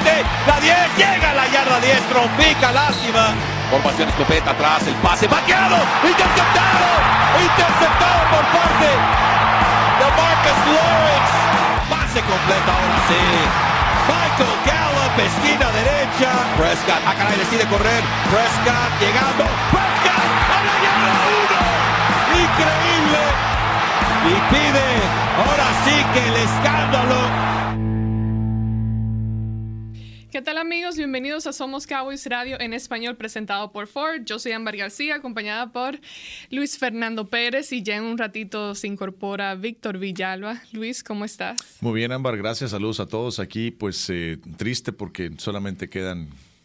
20, la 10, llega a la yarda 10, trompica, lástima. Formación escopeta atrás, el pase vaqueado, interceptado por parte de Marcus Lawrence. Pase completo ahora sí. Michael Gallup, esquina derecha. Prescott, caray, decide correr. Prescott llegando. Prescott a la yarda 1. Increíble. Y pide, ahora sí que el escándalo. ¿Qué tal, amigos? Bienvenidos a Somos Cowboys Radio en español, presentado por Ford. Yo soy Ámbar García, acompañada por Luis Fernando Pérez, y ya en un ratito se incorpora Víctor Villalba. Luis, ¿cómo estás? Muy bien, Ámbar, gracias. Saludos a todos aquí. Pues triste porque solamente quedan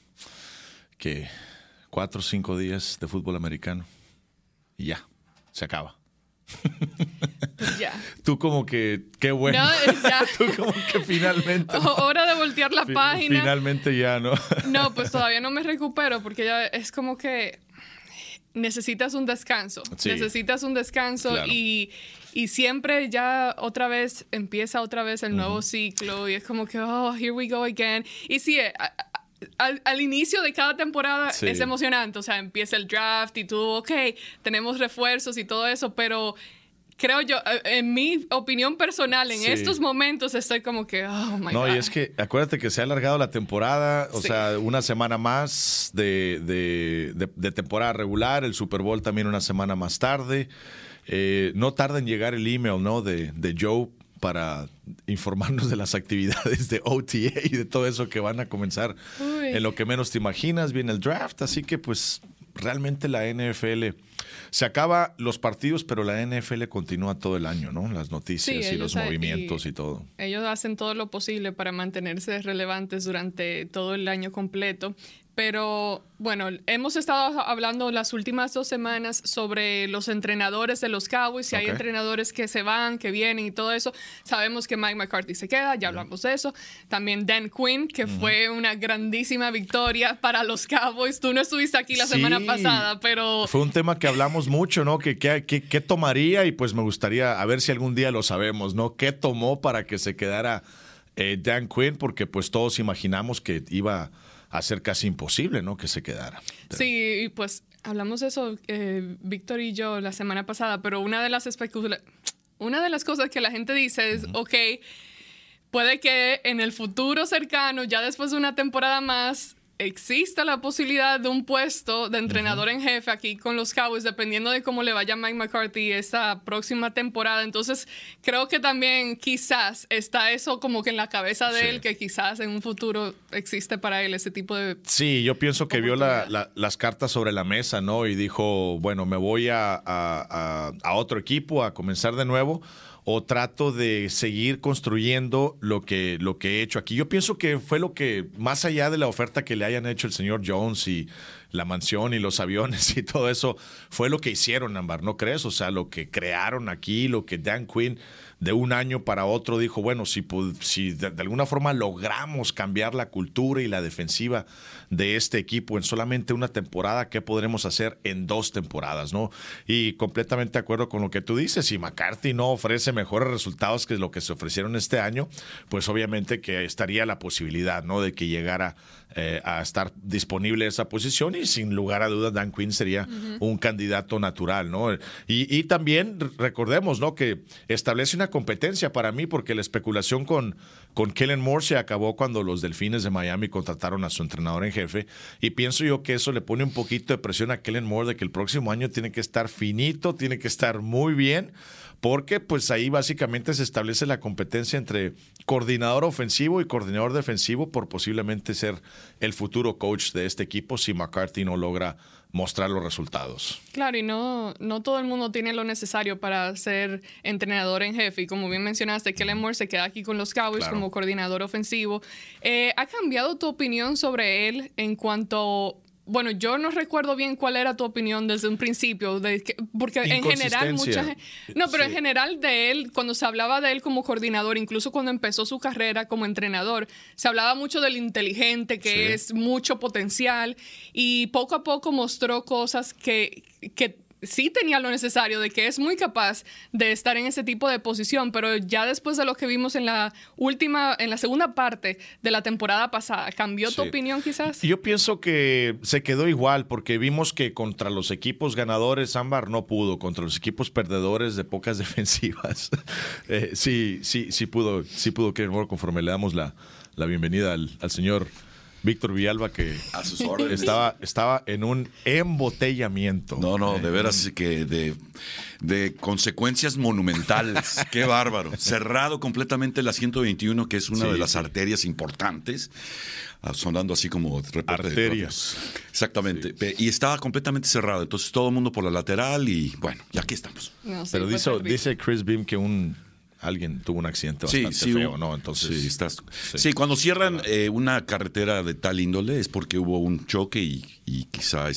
4 o 5 días de fútbol americano y ya, se acaba. Pues ya. Tú como que, qué bueno. No, ya. Tú como que finalmente. ¿No? Hora de voltear la página. Finalmente ya, ¿no? No, pues todavía no me recupero porque ya es como que necesitas un descanso. Sí. Necesitas un descanso, Claro. y siempre ya empieza otra vez el nuevo ciclo, y es como que, here we go again. Y sí, al inicio de cada temporada Sí. es emocionante, o sea, empieza el draft y tú, ok, tenemos refuerzos y todo eso, pero creo yo, en mi opinión personal, en Sí. estos momentos estoy como que, oh my God. No, y es que acuérdate que se ha alargado la temporada, o Sí. sea, una semana más de temporada regular, el Super Bowl también una semana más tarde. No tarda en llegar el email, ¿no? de Joe para informarnos de las actividades de OTA y de todo eso que van a comenzar. Uy. En lo que menos te imaginas, viene el draft, así que pues realmente la NFL se acaba los partidos, pero la NFL continúa todo el año, ¿no? Las noticias Sí, y los movimientos y todo. Ellos hacen todo lo posible para mantenerse relevantes durante todo el año completo. Pero, bueno, hemos estado hablando las últimas 2 semanas sobre los entrenadores de los Cowboys. Si hay entrenadores que se van, que vienen y todo eso. Sabemos que Mike McCarthy se queda, ya hablamos de eso. También Dan Quinn, que fue una grandísima victoria para los Cowboys. Tú no estuviste aquí la semana pasada, pero... Fue un tema que hablamos mucho, ¿no? ¿Qué tomaría? Y pues me gustaría, a ver si algún día lo sabemos, ¿no? ¿Qué tomó para que se quedara Dan Quinn? Porque pues todos imaginamos que iba a ser casi imposible, ¿no? Que se quedara. Sí, y pues hablamos de eso, Víctor y yo, la semana pasada, pero una de las cosas que la gente dice es, ok, puede que en el futuro cercano, ya después de una temporada más, exista la posibilidad de un puesto de entrenador en jefe aquí con los Cowboys, dependiendo de cómo le vaya a Mike McCarthy esta próxima temporada. Entonces, creo que también quizás está eso como que en la cabeza de él, que quizás en un futuro existe para él ese tipo de... Sí, yo pienso que vio las cartas sobre la mesa, ¿no? Y dijo, bueno, me voy a otro equipo a comenzar de nuevo, o trato de seguir construyendo lo que he hecho aquí. Yo pienso que fue lo que, más allá de la oferta que le hayan hecho el señor Jones y la mansión y los aviones y todo eso, fue lo que hicieron, Ámbar, ¿no crees? O sea, lo que crearon aquí, lo que Dan Quinn de un año para otro dijo, bueno, si de alguna forma logramos cambiar la cultura y la defensiva de este equipo en solamente una temporada, ¿qué podremos hacer en 2 temporadas, no? Y completamente de acuerdo con lo que tú dices, si McCarthy no ofrece mejores resultados que lo que se ofrecieron este año, pues obviamente que estaría la posibilidad, ¿no? De que llegara a estar disponible esa posición, y sin lugar a dudas Dan Quinn sería un candidato natural, ¿no? Y también recordemos, ¿no? Que establece una competencia para mí, porque la especulación con Kellen Moore se acabó cuando los Delfines de Miami contrataron a su entrenador en jefe, y pienso yo que eso le pone un poquito de presión a Kellen Moore de que el próximo año tiene que estar finito, tiene que estar muy bien, porque pues ahí básicamente se establece la competencia entre coordinador ofensivo y coordinador defensivo por posiblemente ser el futuro coach de este equipo si McCarthy no logra mostrar los resultados. Claro, y no todo el mundo tiene lo necesario para ser entrenador en jefe. Y como bien mencionaste, Kellen Moore se queda aquí con los Cowboys como coordinador ofensivo. ¿Ha cambiado tu opinión sobre él en cuanto... Bueno, yo no recuerdo bien cuál era tu opinión desde un principio, porque en general mucha gente... No, pero en general de él, cuando se hablaba de él como coordinador, incluso cuando empezó su carrera como entrenador, se hablaba mucho del inteligente, que es mucho potencial, y poco a poco mostró cosas que sí tenía lo necesario, de que es muy capaz de estar en ese tipo de posición, pero ya después de lo que vimos en la segunda parte de la temporada pasada, ¿cambió tu opinión quizás? Yo pienso que se quedó igual, porque vimos que contra los equipos ganadores Ámbar no pudo, contra los equipos perdedores de pocas defensivas. Sí pudo Kellen Moore, conforme le damos la bienvenida al señor Víctor Villalba, que a sus órdenes. Estaba en un embotellamiento. No, de veras que de consecuencias monumentales. Qué bárbaro. Cerrado completamente la 121, que es una de las arterias importantes. Sonando así como reporte arterias. Exactamente. Sí. Y estaba completamente cerrado. Entonces todo el mundo por la lateral y bueno, ya aquí estamos. No, sí, pero dice Chris Beam que alguien tuvo un accidente bastante feo, ¿no? Entonces, sí, cuando cierran una carretera de tal índole es porque hubo un choque y quizá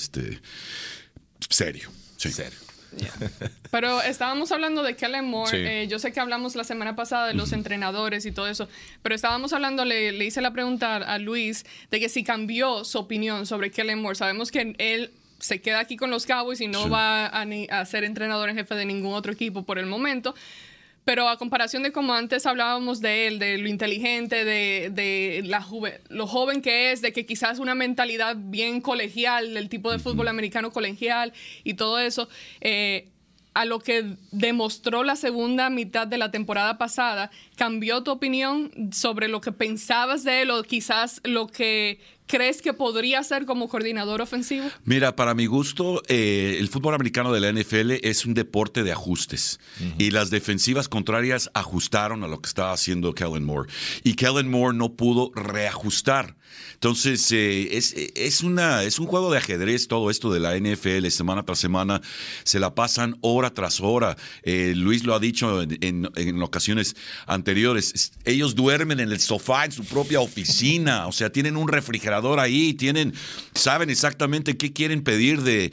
serio. Sí. Serio. Yeah. Pero estábamos hablando de Kellen Moore. Yo sé que hablamos la semana pasada de los entrenadores y todo eso, pero estábamos hablando, le hice la pregunta a Luis de que si cambió su opinión sobre Kellen Moore. Sabemos que él se queda aquí con los Cowboys y no va a ser entrenador en jefe de ningún otro equipo por el momento. Pero a comparación de como antes hablábamos de él, de lo inteligente, de lo joven que es, de que quizás una mentalidad bien colegial, del tipo de fútbol americano colegial y todo eso, a lo que demostró la segunda mitad de la temporada pasada, ¿cambió tu opinión sobre lo que pensabas de él o quizás lo que crees que podría ser como coordinador ofensivo? Mira, para mi gusto, el fútbol americano de la NFL es un deporte de ajustes. Y las defensivas contrarias ajustaron a lo que estaba haciendo Kellen Moore. Y Kellen Moore no pudo reajustar. Entonces, es un juego de ajedrez todo esto de la NFL. Semana tras semana se la pasan hora tras hora. Luis lo ha dicho en ocasiones anteriores. Ellos duermen en el sofá en su propia oficina. O sea, tienen un refrigerador ahí, saben exactamente qué quieren pedir de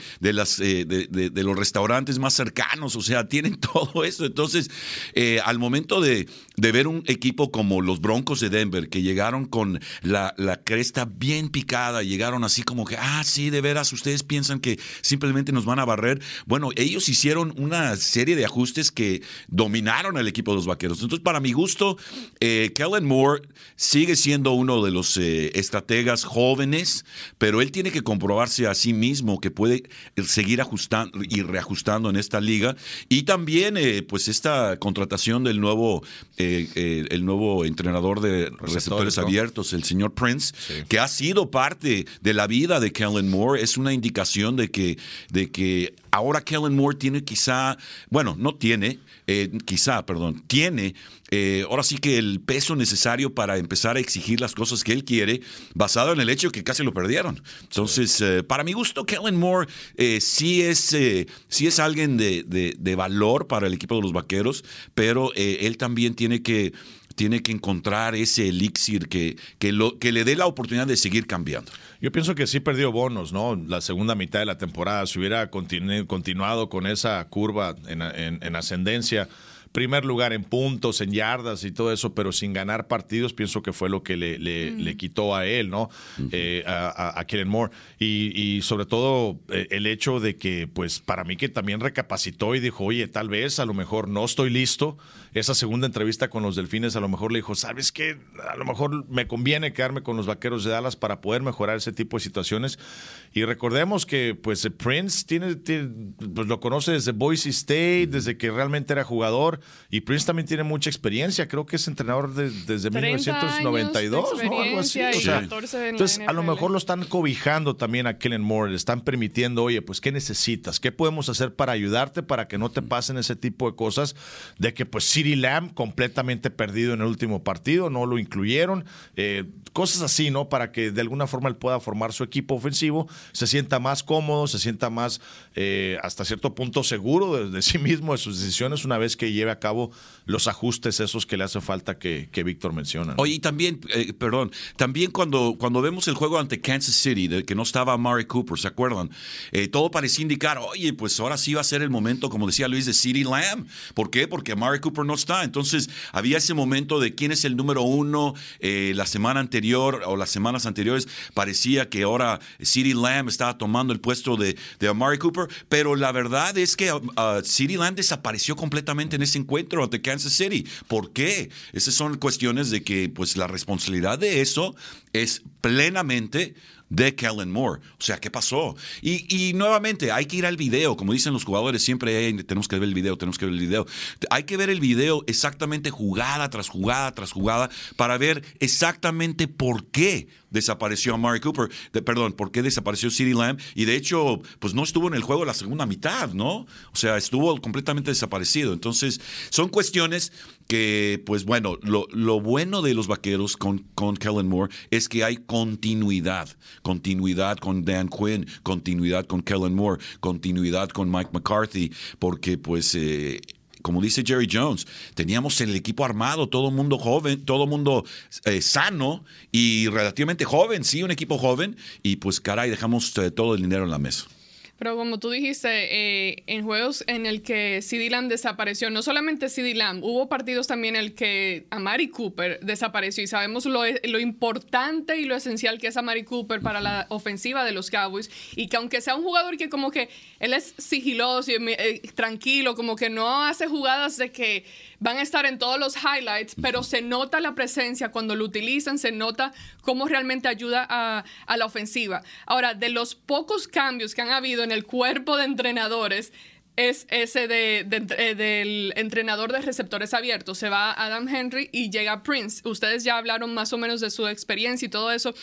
los restaurantes más cercanos. O sea, tienen todo eso. Entonces, al momento de ver un equipo como los Broncos de Denver, que llegaron con la cresta bien picada, llegaron así como que, sí, de veras, ustedes piensan que simplemente nos van a barrer. Bueno, ellos hicieron una serie de ajustes que dominaron al equipo de los Vaqueros. Entonces, para mi gusto, Kellen Moore sigue siendo uno de los estrategas jóvenes, pero él tiene que comprobarse a sí mismo que puede seguir ajustando y reajustando en esta liga. Y también, pues, esta contratación del nuevo entrenador de receptores abiertos, el señor Prince, que ha sido parte de la vida de Kellen Moore, es una indicación de que ahora Kellen Moore tiene tiene ahora sí que el peso necesario para empezar a exigir las cosas que él quiere, basado en el hecho que casi lo perdieron. Entonces, para mi gusto, Kellen Moore sí es alguien de valor para el equipo de los Vaqueros, pero él también tiene que encontrar ese elixir que le dé la oportunidad de seguir cambiando. Yo pienso que sí perdió bonos, ¿no? La segunda mitad de la temporada, si hubiera continuado con esa curva en ascendencia, primer lugar en puntos, en yardas y todo eso, pero sin ganar partidos, pienso que fue lo que le quitó a él, ¿no? A Kellen Moore. Y sobre todo el hecho de que, pues, para mí que también recapacitó y dijo, oye, tal vez, a lo mejor no estoy listo. Esa segunda entrevista con los Delfines a lo mejor le dijo, ¿sabes qué? A lo mejor me conviene quedarme con los Vaqueros de Dallas para poder mejorar ese tipo de situaciones. Y recordemos que, pues, Prince pues, lo conoce desde Boise State, desde que realmente era jugador. Y Prince también tiene mucha experiencia. Creo que es entrenador desde 1992, ¿no? Algo así. O sea, entonces, a lo mejor lo están cobijando también a Kellen Moore. Le están permitiendo, oye, pues, ¿qué necesitas? ¿Qué podemos hacer para ayudarte para que no te pasen ese tipo de cosas? De que, pues, CeeDee Lamb completamente perdido en el último partido, no lo incluyeron. Cosas así, ¿no? Para que de alguna forma él pueda formar su equipo ofensivo, se sienta más cómodo, se sienta más hasta cierto punto seguro de sí mismo, de sus decisiones, una vez que lleve a cabo los ajustes esos que le hace falta que Víctor menciona, ¿no? Oye, y también, también cuando vemos el juego ante Kansas City, de que no estaba Amari Cooper, ¿se acuerdan? Todo parecía indicar, oye, pues ahora sí va a ser el momento, como decía Luis, de CeeDee Lamb. ¿Por qué? Porque Amari Cooper no está. Entonces, había ese momento de quién es el número uno. La semana anterior o las semanas anteriores parecía que ahora CeeDee Lamb estaba tomando el puesto de Amari Cooper, pero la verdad es que CeeDee Lamb desapareció completamente en ese encuentro ante Kansas City. ¿Por qué? Esas son cuestiones de que pues la responsabilidad de eso es plenamente de Kellen Moore. O sea, ¿qué pasó? Y nuevamente, hay que ir al video. Como dicen los jugadores, siempre tenemos que ver el video, tenemos que ver el video. Hay que ver el video exactamente jugada tras jugada tras jugada para ver exactamente por qué desapareció Amari Cooper, por qué desapareció CeeDee Lamb, y de hecho, pues no estuvo en el juego la segunda mitad, ¿no? O sea, estuvo completamente desaparecido. Entonces, son cuestiones que, pues bueno, lo bueno de los Vaqueros con Kellen Moore es que hay continuidad con Dan Quinn, continuidad con Kellen Moore, continuidad con Mike McCarthy, porque pues como dice Jerry Jones, teníamos el equipo armado, todo el mundo joven, todo el mundo sano y relativamente joven, sí, un equipo joven, y pues caray, dejamos todo el dinero en la mesa. Pero como tú dijiste, en juegos en el que CeeDee Lamb desapareció, no solamente CeeDee Lamb, hubo partidos también en el que Amari Cooper desapareció, y sabemos lo importante y lo esencial que es Amari Cooper para la ofensiva de los Cowboys, y que aunque sea un jugador que como que él es sigiloso y tranquilo, como que no hace jugadas de que van a estar en todos los highlights, pero se nota la presencia cuando lo utilizan, se nota cómo realmente ayuda a la ofensiva. Ahora, de los pocos cambios que han habido en el cuerpo de entrenadores, es ese del entrenador de receptores abiertos. Se va Adam Henry y llega Prince. Ustedes ya hablaron más o menos de su experiencia y todo eso,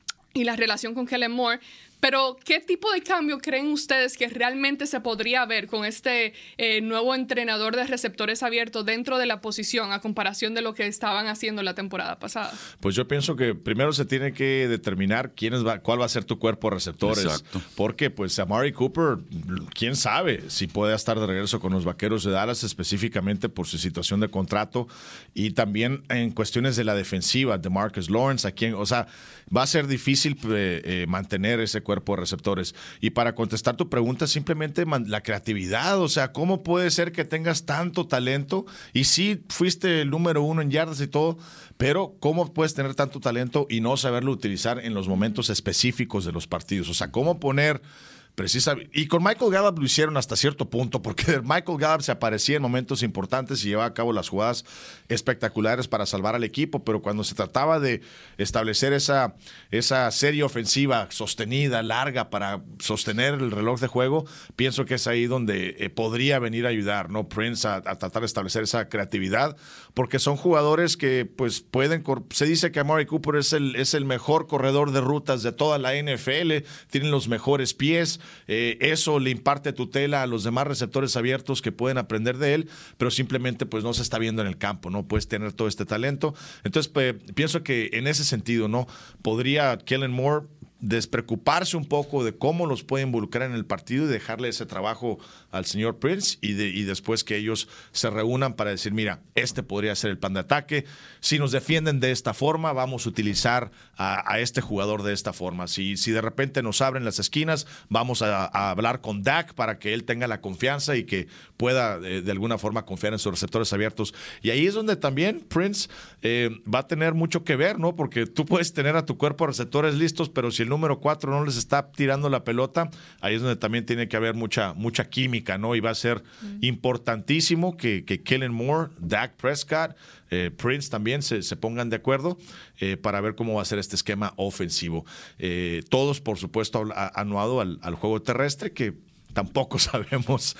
y la relación con Kellen Moore. Pero, ¿qué tipo de cambio creen ustedes que realmente se podría ver con este nuevo entrenador de receptores abiertos dentro de la posición a comparación de lo que estaban haciendo la temporada pasada? Pues yo pienso que primero se tiene que determinar cuál va a ser tu cuerpo de receptores. Exacto. Porque pues Amari Cooper, quién sabe si puede estar de regreso con los Vaqueros de Dallas, específicamente por su situación de contrato, y también en cuestiones de la defensiva, de Marcus Lawrence, va a ser difícil mantener ese cuerpo de receptores. Y para contestar tu pregunta, simplemente la creatividad, o sea, ¿cómo puede ser que tengas tanto talento? Y sí, fuiste el número uno en yardas y todo, pero ¿cómo puedes tener tanto talento y no saberlo utilizar en los momentos específicos de los partidos? O sea, ¿cómo poner precisamente? Y con Michael Gallup lo hicieron hasta cierto punto, porque Michael Gallup se aparecía en momentos importantes y llevaba a cabo las jugadas espectaculares para salvar al equipo, pero cuando se trataba de establecer esa serie ofensiva sostenida, larga, para sostener el reloj de juego, pienso que es ahí donde podría venir a ayudar, ¿no? Prince a tratar de establecer esa creatividad, porque son jugadores que pues se dice que Amari Cooper es el mejor corredor de rutas de toda la NFL, tienen los mejores pies. Eso le imparte tutela a los demás receptores abiertos que pueden aprender de él, pero simplemente pues no se está viendo en el campo, no puedes tener todo este talento. Entonces pienso que en ese sentido, ¿no? Podría Kellen Moore despreocuparse un poco de cómo los puede involucrar en el partido y dejarle ese trabajo al señor Prince y después que ellos se reúnan para decir, mira, este podría ser el plan de ataque. Si nos defienden de esta forma, vamos a utilizar a este jugador de esta forma. Si de repente nos abren las esquinas, vamos a hablar con Dak para que él tenga la confianza y que pueda de alguna forma confiar en sus receptores abiertos. Y ahí es donde también Prince va a tener mucho que ver, ¿no? Porque tú puedes tener a tu cuerpo de receptores listos, pero si el número 4 no les está tirando la pelota, ahí es donde también tiene que haber mucha química, ¿no? Y va a ser importantísimo que Kellen Moore, Dak Prescott, Prince también se pongan de acuerdo para ver cómo va a ser este esquema ofensivo. Todos, por supuesto, anuado al juego terrestre, que tampoco sabemos.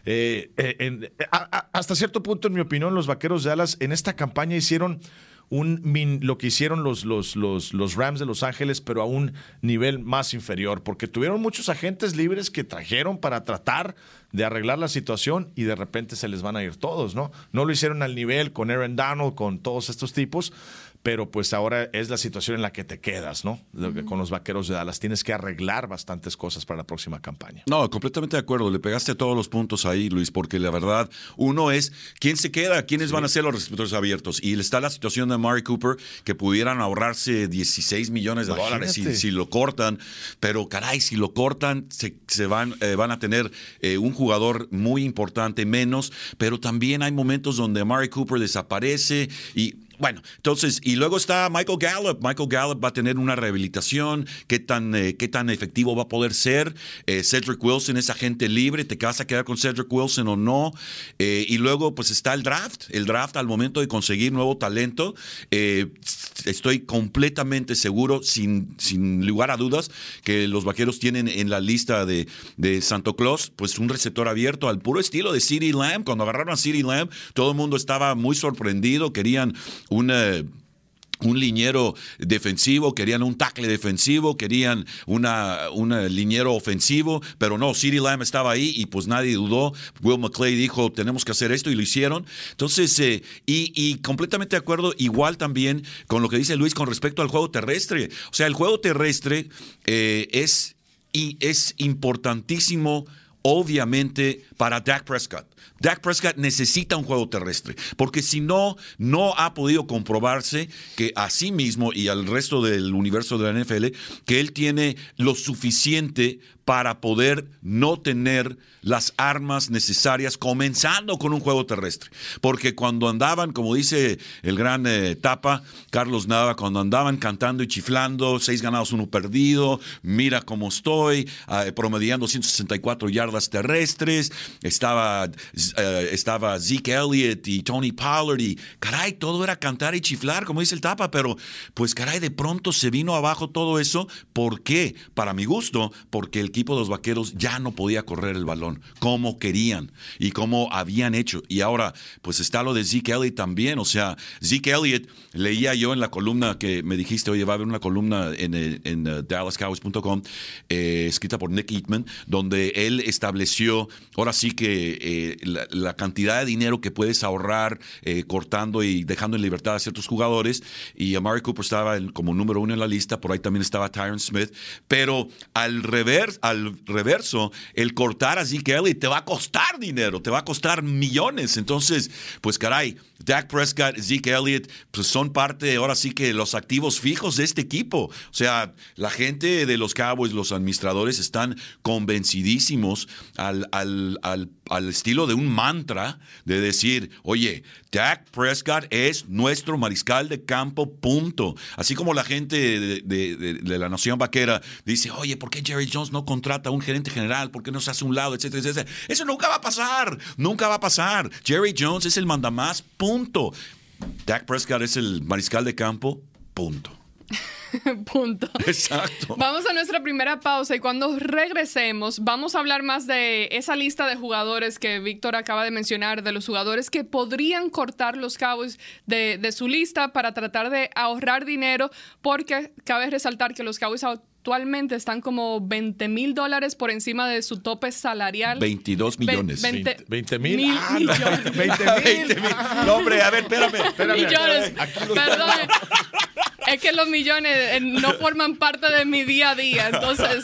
Hasta cierto punto, en mi opinión, los Vaqueros de Dallas en esta campaña hicieron lo que hicieron los Rams de Los Ángeles, pero a un nivel más inferior, porque tuvieron muchos agentes libres que trajeron para tratar de arreglar la situación y de repente se les van a ir todos, ¿no? No lo hicieron al nivel con Aaron Donald, con todos estos tipos, pero pues ahora es la situación en la que te quedas, ¿no? Con los Vaqueros de Dallas. Tienes que arreglar bastantes cosas para la próxima campaña. No, completamente de acuerdo. Le pegaste todos los puntos ahí, Luis, porque la verdad, uno es quién se queda, quiénes van a ser los receptores abiertos. Y está la situación de Amari Cooper, que pudieran ahorrarse $16 millones si lo cortan. Pero caray, si lo cortan, van a tener un jugador muy importante menos. Pero también hay momentos donde Amari Cooper desaparece y... Bueno, entonces, y luego está Michael Gallup. Michael Gallup va a tener una rehabilitación. ¿Qué tan efectivo va a poder ser? Cedric Wilson es agente libre. ¿Te vas a quedar con Cedric Wilson o no? Y luego, pues está el draft. El draft al momento de conseguir nuevo talento. Estoy completamente seguro, sin lugar a dudas, que los Vaqueros tienen en la lista de Santo Claus, pues un receptor abierto al puro estilo de CeeDee Lamb. Cuando agarraron a CeeDee Lamb, todo el mundo estaba muy sorprendido. Querían un liniero defensivo, querían un tackle defensivo, querían un liniero ofensivo, pero no, CeeDee Lamb estaba ahí y pues nadie dudó. Will McClay dijo, tenemos que hacer esto y lo hicieron. Entonces, y completamente de acuerdo, igual también con lo que dice Luis con respecto al juego terrestre. O sea, el juego terrestre es importantísimo, obviamente, para Dak Prescott. Dak Prescott necesita un juego terrestre, porque si no ha podido comprobarse que a sí mismo y al resto del universo de la NFL, que él tiene lo suficiente para poder no tener las armas necesarias, comenzando con un juego terrestre. Porque cuando andaban, como dice el gran Tapa, Carlos Nava, cuando andaban cantando y chiflando, 6 ganados, 1 perdido, mira cómo estoy, promediando 164 yardas terrestres, estaba Zeke Elliott y Tony Pollard y caray, todo era cantar y chiflar, como dice el Tapa, pero pues caray, de pronto se vino abajo todo eso. ¿Por qué? Para mi gusto, porque el equipo de los Vaqueros ya no podía correr el balón como querían y como habían hecho. Y ahora, pues está lo de Zeke Elliott también. O sea, Zeke Elliott, leía yo en la columna que me dijiste, oye, va a haber una columna en DallasCowboys.com escrita por Nick Eatman, donde él estableció, ahora sí que la cantidad de dinero que puedes ahorrar cortando y dejando en libertad a ciertos jugadores. Y Amari Cooper estaba como número 1 en la lista, por ahí también estaba Tyron Smith. Pero al reverso, el cortar a Zeke Elliott te va a costar dinero, te va a costar millones. Entonces, pues caray, Dak Prescott, Zeke Elliott, pues son parte, ahora sí que los activos fijos de este equipo. O sea, la gente de los Cowboys, los administradores, están convencidísimos al estilo de un mantra de decir, oye, Dak Prescott es nuestro mariscal de campo, punto. Así como la gente de la Nación Vaquera dice, oye, ¿por qué Jerry Jones no contrata a un gerente general? ¿Por qué no se hace a un lado? Etcétera, etcétera. Eso nunca va a pasar. Nunca va a pasar. Jerry Jones es el mandamás, punto. Dak Prescott es el mariscal de campo, punto. Punto. Exacto. Vamos a nuestra primera pausa y cuando regresemos vamos a hablar más de esa lista de jugadores que Víctor acaba de mencionar, de los jugadores que podrían cortar los Cowboys de su lista para tratar de ahorrar dinero, porque cabe resaltar que los Cowboys actualmente están como $20,000 por encima de su tope salarial. 22 millones. 20 mil. millones. 20 mil. No, hombre, a ver, espérame. Millones. Perdón. Es que los millones no forman parte de mi día a día, entonces,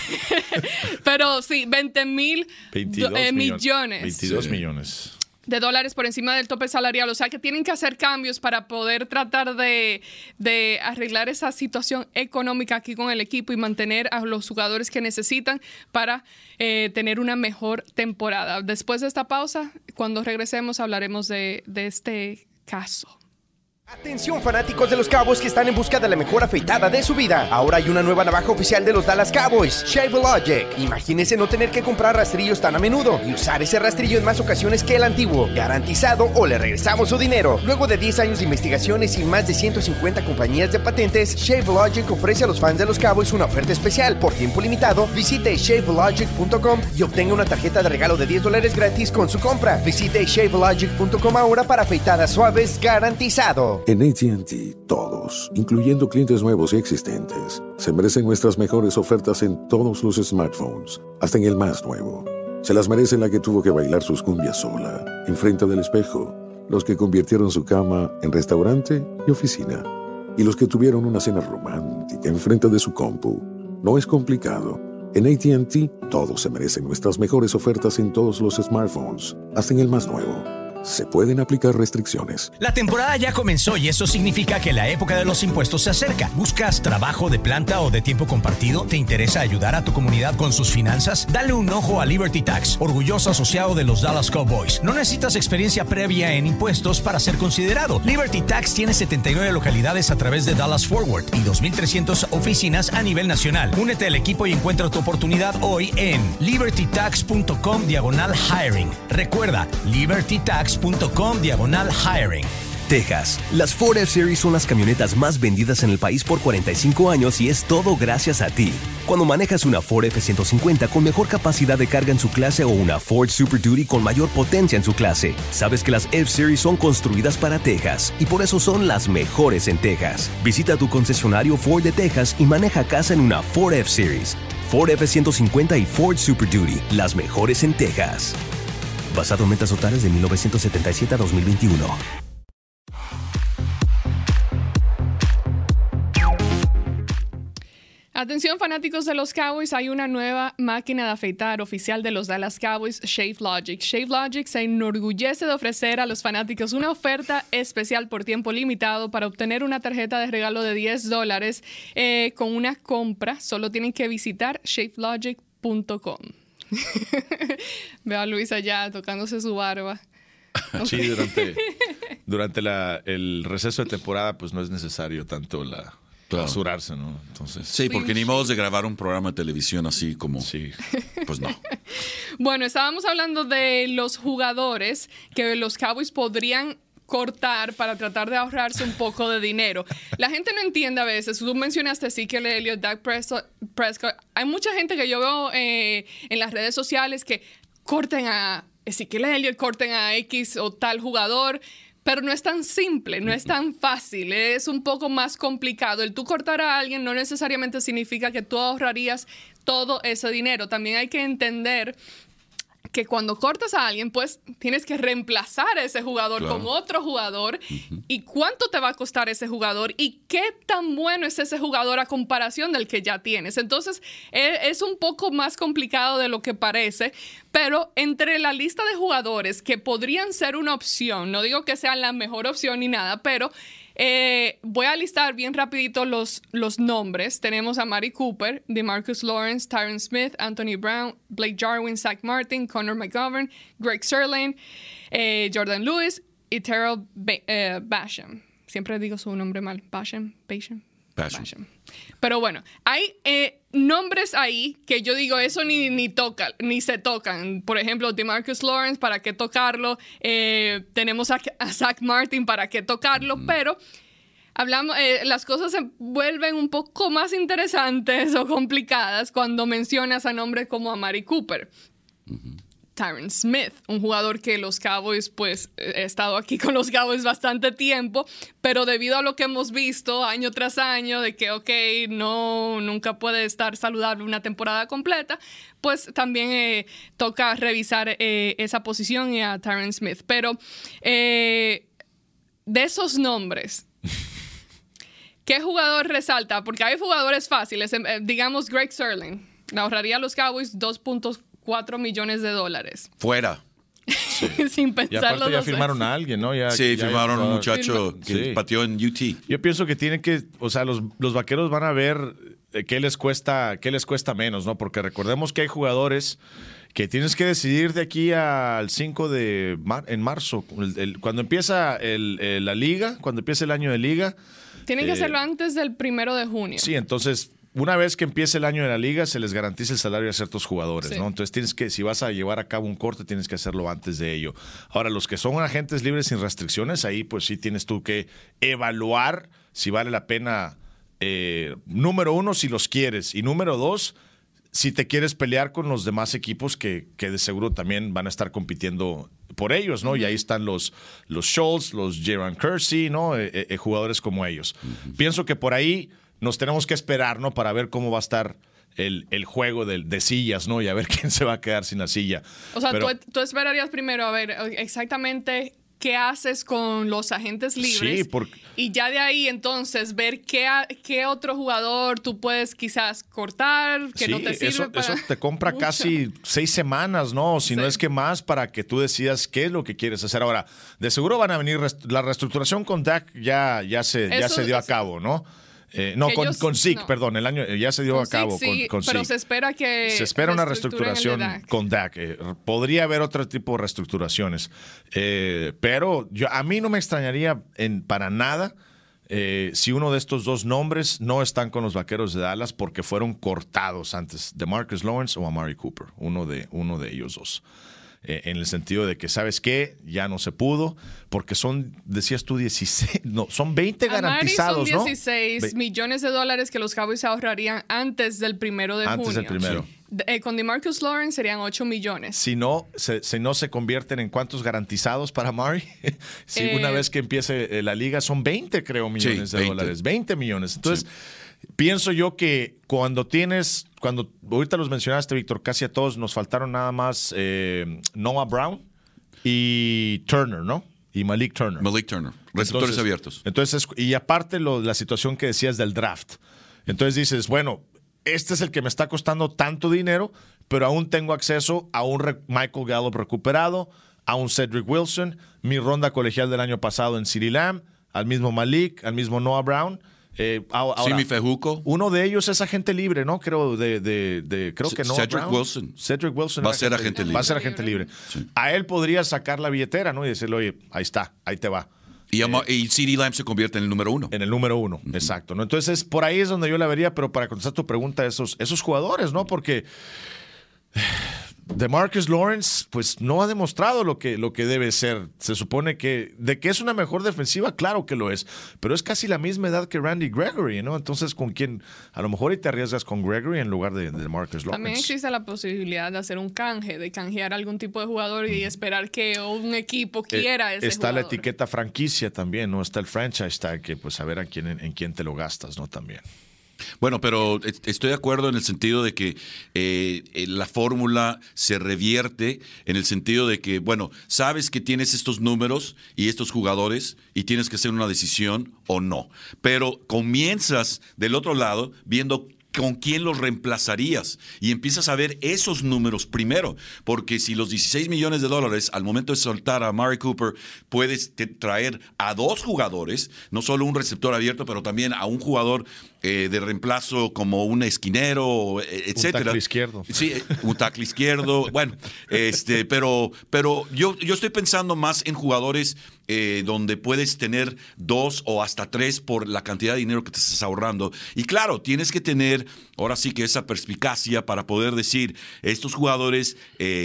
pero sí, 20,000 millones. 22 millones de dólares por encima del tope salarial. O sea que tienen que hacer cambios para poder tratar de arreglar esa situación económica aquí con el equipo y mantener a los jugadores que necesitan para tener una mejor temporada. Después de esta pausa, cuando regresemos, hablaremos de este caso. Atención fanáticos de los Cowboys que están en busca de la mejor afeitada de su vida. Ahora hay una nueva navaja oficial de los Dallas Cowboys, ShaveLogic. Imagínese no tener que comprar rastrillos tan a menudo y usar ese rastrillo en más ocasiones que el antiguo. Garantizado o le regresamos su dinero. Luego de 10 años de investigaciones y más de 150 compañías de patentes, ShaveLogic ofrece a los fans de los Cowboys una oferta especial. Por tiempo limitado, visite ShaveLogic.com y obtenga una tarjeta de regalo de $10 gratis con su compra. Visite ShaveLogic.com ahora para afeitadas suaves garantizado. En AT&T, todos, incluyendo clientes nuevos y existentes, se merecen nuestras mejores ofertas en todos los smartphones, hasta en el más nuevo. Se las merecen la que tuvo que bailar sus cumbias sola, enfrente del espejo, los que convirtieron su cama en restaurante y oficina, y los que tuvieron una cena romántica enfrente de su compu. No es complicado. En AT&T, todos se merecen nuestras mejores ofertas en todos los smartphones, hasta en el más nuevo. Se pueden aplicar restricciones. La temporada ya comenzó y eso significa que la época de los impuestos se acerca. ¿Buscas trabajo de planta o de tiempo compartido? ¿Te interesa ayudar a tu comunidad con sus finanzas? Dale un ojo a Liberty Tax, orgulloso asociado de los Dallas Cowboys. No necesitas experiencia previa en impuestos para ser considerado. Liberty Tax tiene 79 localidades a través de Dallas Forward y 2,300 oficinas a nivel nacional. Únete al equipo y encuentra tu oportunidad hoy en libertytax.com/hiring. Recuerda, libertytax.com/hiring. Texas. Las Ford F-Series son las camionetas más vendidas en el país por 45 años y es todo gracias a ti. Cuando manejas una Ford F-150 con mejor capacidad de carga en su clase o una Ford Super Duty con mayor potencia en su clase, sabes que las F-Series son construidas para Texas y por eso son las mejores en Texas. Visita tu concesionario Ford de Texas y maneja casa en una Ford F-Series. Ford F-150 y Ford Super Duty, las mejores en Texas. Basado en metas totales de 1977 a 2021. Atención fanáticos de los Cowboys, hay una nueva máquina de afeitar oficial de los Dallas Cowboys, Shave Logic. Shave Logic se enorgullece de ofrecer a los fanáticos una oferta especial por tiempo limitado para obtener una tarjeta de regalo de $10 con una compra. Solo tienen que visitar shavelogic.com. Veo a Luis allá tocándose su barba. Sí, durante el receso de temporada pues no es necesario tanto rasurarse, ¿no? Entonces, sí, porque ni modo de grabar un programa de televisión así como... Sí. Pues no. Bueno, estábamos hablando de los jugadores que los Cowboys podrían cortar para tratar de ahorrarse un poco de dinero. La gente no entiende a veces. Tú mencionaste Ezekiel Elliott, Dak Prescott. Hay mucha gente que yo veo en las redes sociales que corten a Ezekiel Elliott, corten a X o tal jugador, pero no es tan simple, no es tan fácil, es un poco más complicado. El tú cortar a alguien no necesariamente significa que tú ahorrarías todo ese dinero. También hay que entender que cuando cortas a alguien, pues tienes que reemplazar a ese jugador con otro jugador. ¿Y cuánto te va a costar ese jugador? ¿Y qué tan bueno es ese jugador a comparación del que ya tienes? Entonces, es un poco más complicado de lo que parece, pero entre la lista de jugadores que podrían ser una opción, no digo que sean la mejor opción ni nada, pero voy a listar bien rapidito los nombres. Tenemos a Mari Cooper, DeMarcus Lawrence, Tyron Smith, Anthony Brown, Blake Jarwin, Zach Martin, Connor McGovern, Greg Sirlein, Jordan Lewis y Terrell Basham. Siempre digo su nombre mal. Basham. Pero bueno, hay nombres ahí que yo digo, eso ni se tocan. Por ejemplo, DeMarcus Lawrence, ¿para qué tocarlo? Tenemos a Zach Martin, ¿para qué tocarlo? Pero las cosas se vuelven un poco más interesantes o complicadas cuando mencionas a nombres como a Mari Cooper. Tyron Smith, un jugador que los Cowboys, pues he estado aquí con los Cowboys bastante tiempo, pero debido a lo que hemos visto año tras año, de que nunca puede estar saludable una temporada completa, pues también toca revisar esa posición y a Tyron Smith. Pero de esos nombres, ¿qué jugador resalta? Porque hay jugadores fáciles, digamos Greg Sirlein, le ahorraría a los Cowboys $2.4 millones. Fuera. Sí. Sin pensarlo. Y aparte ya firmaron a alguien, ¿no? Firmaron a un muchacho que pateó en UT. Yo pienso que tienen que, o sea, los vaqueros van a ver qué les cuesta menos, ¿no? Porque recordemos que hay jugadores que tienes que decidir de aquí al 5 de marzo, cuando empieza la liga, cuando empieza el año de liga. Tienen que hacerlo antes del 1 de junio. Sí, entonces, una vez que empiece el año de la liga, se les garantiza el salario a ciertos jugadores, ¿no? Entonces si vas a llevar a cabo un corte, tienes que hacerlo antes de ello. Ahora, los que son agentes libres sin restricciones, ahí pues sí tienes tú que evaluar si vale la pena, número uno, si los quieres, y número dos, si te quieres pelear con los demás equipos que de seguro también van a estar compitiendo por ellos, ¿no? Y ahí están los Schultz, los Jaron Kersey, ¿no? Jugadores como ellos. Pienso que por ahí nos tenemos que esperar, ¿no? Para ver cómo va a estar el juego de sillas, ¿no? Y a ver quién se va a quedar sin la silla. O sea, tú esperarías primero a ver exactamente qué haces con los agentes libres. Sí, porque... Y ya de ahí entonces ver qué otro jugador tú puedes quizás cortar, que no te sirve eso te compra mucho. Casi 6 semanas, ¿no? Si no es que más, para que tú decidas qué es lo que quieres hacer. Ahora, de seguro van a venir, la reestructuración con Dak ya se dio a cabo, ¿no? Con Zeke, perdón, el año ya se dio a cabo con Zeke. Pero se espera una reestructuración con Dak. Podría haber otro tipo de reestructuraciones. Pero a mí no me extrañaría para nada si uno de estos dos nombres no están con los Vaqueros de Dallas porque fueron cortados antes, de Marcus Lawrence o Amari Cooper, uno de ellos dos. En el sentido de que, ¿sabes qué? Ya no se pudo, porque decías tú, 16, no, son 20 garantizados, ¿no? Son 16 millones de dólares que los Cowboys ahorrarían antes del 1 de junio. Antes del primero. Con DeMarcus Lawrence serían 8 millones. Si no se convierten en cuántos garantizados para Amari, si una vez que empiece la liga, son 20, creo, millones de dólares. 20 millones. Entonces, pienso yo que cuando ahorita los mencionaste, Víctor, casi a todos nos faltaron nada más Noah Brown y Turner, ¿no? Y Malik Turner. Receptores abiertos. Entonces, y aparte la situación que decías del draft. Entonces dices, bueno, este es el que me está costando tanto dinero, pero aún tengo acceso a un Michael Gallup recuperado, a un Cedric Wilson, mi ronda colegial del año pasado en CeeDee Lamb, al mismo Malik, al mismo Noah Brown. Ahora, mi Fejuco. Uno de ellos es agente libre, ¿no? Creo que no. Cedric Wilson va a ser agente libre. Va a ser agente libre. Sí. A él podría sacar la billetera, ¿no? Y decirle, oye, ahí está, ahí te va. Y CeeDee Lamb se convierte en el número 1. En el número 1, exacto, ¿no? Entonces, por ahí es donde yo la vería, pero para contestar tu pregunta, esos jugadores, ¿no? Porque DeMarcus Lawrence, pues no ha demostrado lo que debe ser. Se supone que es una mejor defensiva, claro que lo es, pero es casi la misma edad que Randy Gregory, ¿no? Entonces, ¿con quién? A lo mejor y te arriesgas con Gregory en lugar de DeMarcus Lawrence. También existe la posibilidad de hacer un canje, de canjear algún tipo de jugador y esperar que un equipo quiera ese está jugador. La etiqueta franquicia también, ¿no? Está el franchise tag, que pues a ver en quién te lo gastas, ¿no? También. Bueno, pero estoy de acuerdo en el sentido de que la fórmula se revierte en el sentido de que, bueno, sabes que tienes estos números y estos jugadores y tienes que hacer una decisión o no. Pero comienzas del otro lado viendo con quién los reemplazarías y empiezas a ver esos números primero, porque si los $16 millones al momento de soltar a Amari Cooper puedes traer a 2 jugadores, no solo un receptor abierto, pero también a un jugador de reemplazo como un esquinero, etcétera. Un tackle izquierdo. Sí, un tackle izquierdo. Bueno, pero yo estoy pensando más en jugadores donde puedes tener 2 o hasta 3 por la cantidad de dinero que te estás ahorrando. Y claro, tienes que tener ahora sí que esa perspicacia para poder decir, estos jugadores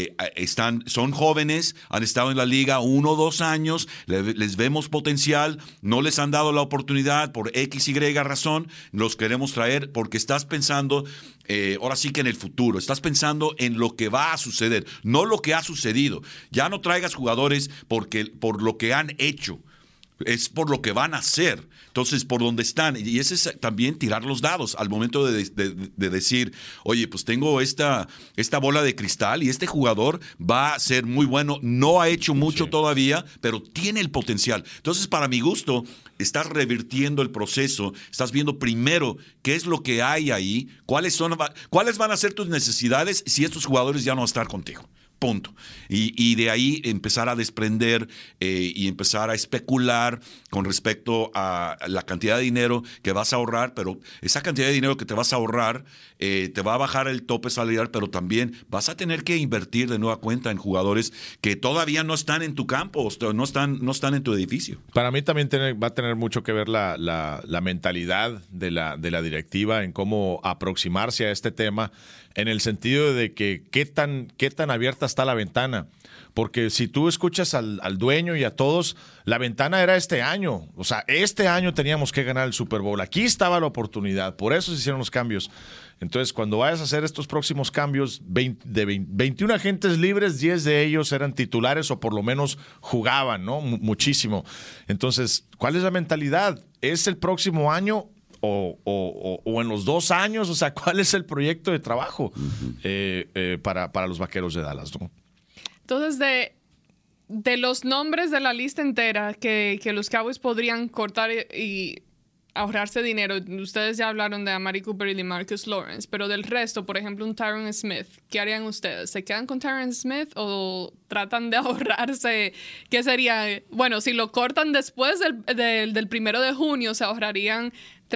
son jóvenes, han estado en la liga 1 o 2 años, les vemos potencial, no les han dado la oportunidad por X, Y razón, los queremos traer porque estás pensando ahora sí que en el futuro, estás pensando en lo que va a suceder, no lo que ha sucedido. Ya no traigas jugadores por lo que han hecho, es por lo que van a hacer. Entonces, por donde están. Y ese es también tirar los dados al momento de decir, oye, pues tengo esta bola de cristal y este jugador va a ser muy bueno. No ha hecho mucho todavía, pero tiene el potencial. Entonces, para mi gusto, estás revirtiendo el proceso. Estás viendo primero qué es lo que hay ahí, cuáles van a ser tus necesidades si estos jugadores ya no van a estar contigo. Punto. Y de ahí empezar a desprender y empezar a especular con respecto a la cantidad de dinero que vas a ahorrar, pero esa cantidad de dinero que te vas a ahorrar te va a bajar el tope salarial, pero también vas a tener que invertir de nueva cuenta en jugadores que todavía no están en tu campo, no están en tu edificio. Para mí también va a tener mucho que ver la mentalidad de la directiva en cómo aproximarse a este tema, en el sentido de que qué tan abierta está la ventana. Porque si tú escuchas al dueño y a todos, la ventana era este año. O sea, este año teníamos que ganar el Super Bowl. Aquí estaba la oportunidad. Por eso se hicieron los cambios. Entonces, cuando vayas a hacer estos próximos cambios, de 21 agentes libres, 10 de ellos eran titulares o por lo menos jugaban, ¿no? Muchísimo. Entonces, ¿cuál es la mentalidad? ¿Es el próximo año o en los 2 años? O sea, ¿cuál es el proyecto de trabajo para los Vaqueros de Dallas, ¿no? Entonces, de los nombres de la lista entera que los Cowboys podrían cortar y ahorrarse dinero, ustedes ya hablaron de Amari Cooper y de Marcus Lawrence, pero del resto, por ejemplo, un Tyron Smith, ¿qué harían ustedes? ¿Se quedan con Tyron Smith o tratan de ahorrarse? ¿Qué sería? Bueno, si lo cortan después del 1 de junio, se ahorrarían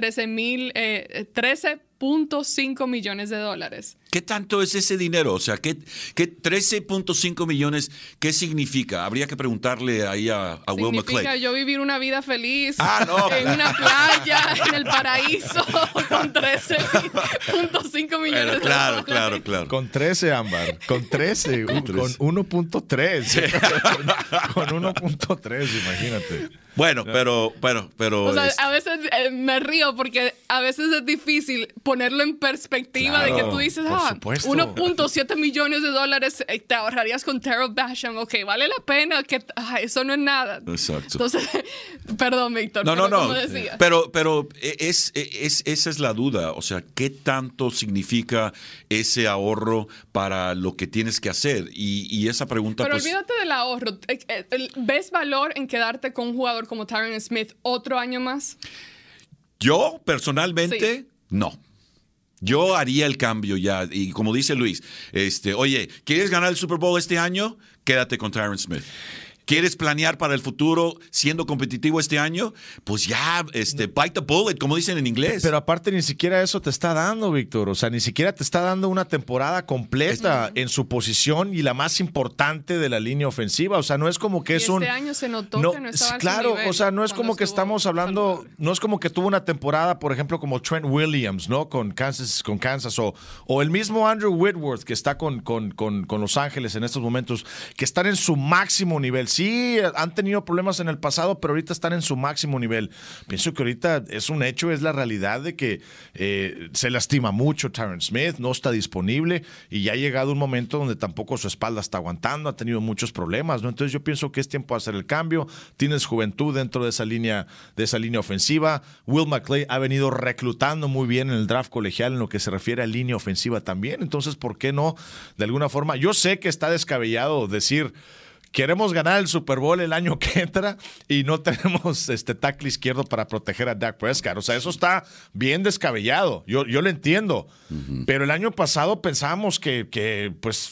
$13.5 millones. ¿Qué tanto es ese dinero? O sea, ¿qué 13.5 millones, qué significa? Habría que preguntarle ahí a Will McClay. Significa yo vivir una vida feliz no. en una playa, en el paraíso, con 13.5 millones de dólares. Claro. Con 13, Ámbar. Con 13. Con 1.3. Con 1.3, imagínate. Bueno, pero... O sea, a veces me río porque a veces es difícil ponerlo en perspectiva, claro, de que tú dices, 1.7 millones de dólares te ahorrarías con Terrell Basham. Ok, vale la pena, que eso no es nada. Exacto. Entonces, perdón, Víctor. No. Como decía. Pero esa es la duda. O sea, ¿qué tanto significa ese ahorro para lo que tienes que hacer? Y esa pregunta, pero pues... olvídate del ahorro. ¿Ves valor en quedarte con un jugador como Tyron Smith otro año más? Yo, personalmente, sí. No. Yo haría el cambio ya. Y como dice Luis, oye, ¿quieres ganar el Super Bowl este año? Quédate con Tyron Smith. ¿Quieres planear para el futuro siendo competitivo este año? Pues ya, bite the bullet, como dicen en inglés. Pero aparte ni siquiera eso te está dando, Víctor. O sea, ni siquiera te está dando una temporada completa en su posición y la más importante de la línea ofensiva. O sea, no es como que es este año se notó que no estaba claro, a su nivel, o sea, no es como que estamos hablando, saludable. no es como que tuvo una temporada, por ejemplo, como Trent Williams, ¿no? Con Kansas o el mismo Andrew Whitworth que está con Los Ángeles en estos momentos, que están en su máximo nivel. Sí, han tenido problemas en el pasado, pero ahorita están en su máximo nivel. Pienso que ahorita es un hecho, es la realidad de que se lastima mucho Tyron Smith, no está disponible y ya ha llegado un momento donde tampoco su espalda está aguantando, ha tenido muchos problemas, ¿no? Entonces yo pienso que es tiempo de hacer el cambio. Tienes juventud dentro de esa línea ofensiva. Will McClay ha venido reclutando muy bien en el draft colegial en lo que se refiere a línea ofensiva también. Entonces, ¿por qué no? De alguna forma, yo sé que está descabellado decir queremos ganar el Super Bowl el año que entra y no tenemos tackle izquierdo para proteger a Dak Prescott. O sea, eso está bien descabellado. Yo lo entiendo. Pero el año pasado pensábamos que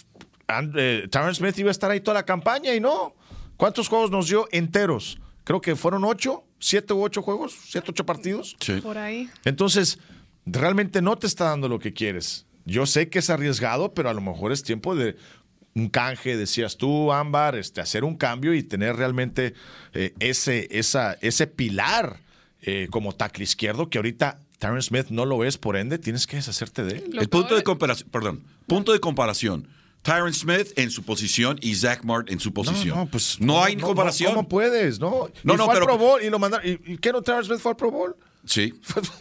Tyron Smith iba a estar ahí toda la campaña y no. ¿Cuántos juegos nos dio enteros? Creo que fueron 7 u 8 juegos, 7 u 8 partidos. Sí. Por ahí. Entonces, realmente no te está dando lo que quieres. Yo sé que es arriesgado, pero a lo mejor es tiempo de un canje, decías tú, Ámbar, hacer un cambio y tener realmente ese pilar como tackle izquierdo que ahorita Tyron Smith no lo es, por ende tienes que deshacerte de él. El punto de comparación. Tyron Smith en su posición y Zach Martin en su posición. No hay comparación. ¿Cómo puedes? No, fue al Pro Bowl y lo mandaron. ¿Y qué no Tyron Smith fue al Pro Bowl? Sí.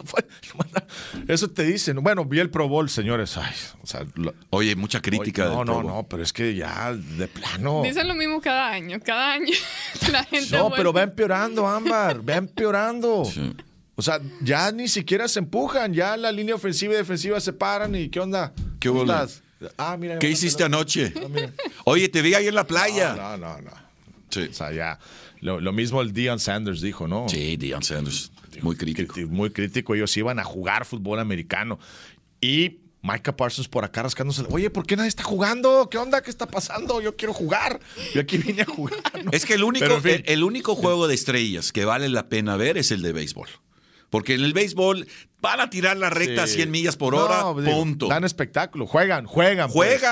Eso te dicen. Bueno, vi el Pro Bowl, señores. Ay, o sea, oye, mucha crítica del Pro Bowl. No, pero es que ya de plano. Dicen lo mismo cada año. Cada año la gente. No, pero va empeorando, Ámbar. Va empeorando. Sí. O sea, ya ni siquiera se empujan. Ya la línea ofensiva y defensiva se paran. ¿Y qué onda? ¿Qué ¿Cómo onda? estás? Mira, ¿Qué hiciste anoche? Oye, te vi ahí en la playa. No. Sí. O sea, ya. Lo mismo el Deion Sanders dijo, ¿no? Sí, Deion Sanders. Muy crítico. Muy crítico. Ellos iban a jugar fútbol americano. Y Micah Parsons por acá rascándose. Oye, ¿por qué nadie está jugando? ¿Qué onda? ¿Qué está pasando? Yo quiero jugar. Yo aquí vine a jugar. ¿No? Es que el único juego de estrellas que vale la pena ver es el de béisbol. Porque en el béisbol van a tirar la recta a 100 millas por hora, punto. Dan espectáculo. Juegan. Se juega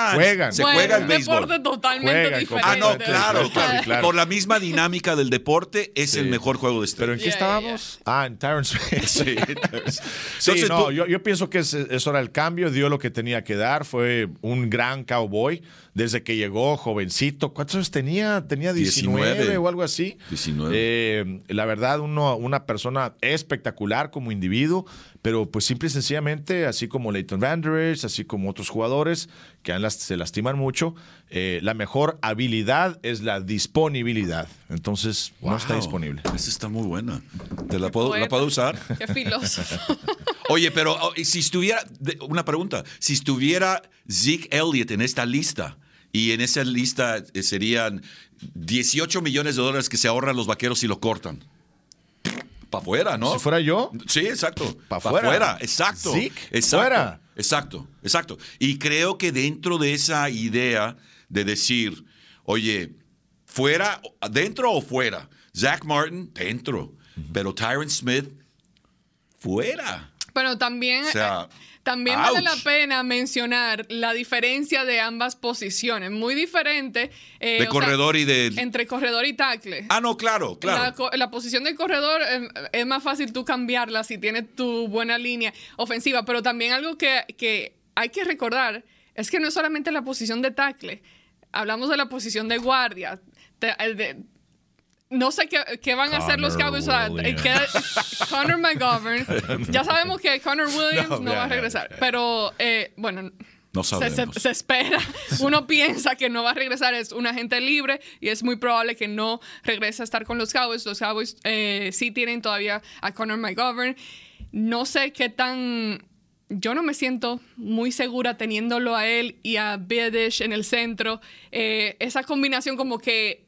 el béisbol. Deporte totalmente diferente. No, claro. Por la misma dinámica del deporte, es el mejor juego de estrellas. ¿Pero en qué estábamos? En Tyron Smith. Sí. Entonces, yo pienso que eso era el cambio. Dio lo que tenía que dar. Fue un gran cowboy. Desde que llegó, jovencito. ¿Cuántos años tenía? Tenía 19 o algo así. 19. La verdad, una persona espectacular como individuo, pero pues simple y sencillamente, así como Leighton Vander Esch, así como otros jugadores que se lastiman mucho, la mejor habilidad es la disponibilidad. Entonces, no está disponible. Esa está muy buena. ¿La puedo usar? Qué filósofo. Oye, pero si estuviera, una pregunta, si estuviera Zeke Elliott en esta lista, Y en esa lista serían $18 millones que se ahorran los Vaqueros si lo cortan. Para afuera, ¿no? Si fuera yo. Sí, exacto. Para afuera. Exacto. Zeke, exacto. fuera. Exacto. Y creo que dentro de esa idea de decir, oye, fuera, dentro o fuera. Zach Martin, dentro. Pero Tyron Smith, fuera. Pero también, O sea, también ouch. vale la pena mencionar la diferencia de ambas posiciones. Muy diferente. De corredor y de... Entre corredor y tackle. Ah, no, claro. La posición de corredor es más fácil tú cambiarla si tienes tu buena línea ofensiva. Pero también algo que hay que recordar es que no es solamente la posición de tackle. Hablamos de la posición de guardia. No sé qué van a hacer los Cowboys. Connor McGovern. Ya sabemos que Connor Williams no va a regresar. Pero, bueno, no sabemos. Se espera. Uno piensa que no va a regresar. Es un agente libre y es muy probable que no regrese a estar con los Cowboys. Los Cowboys sí tienen todavía a Connor McGovern. No sé qué tan... Yo no me siento muy segura teniéndolo a él y a Biadish en el centro. Esa combinación como que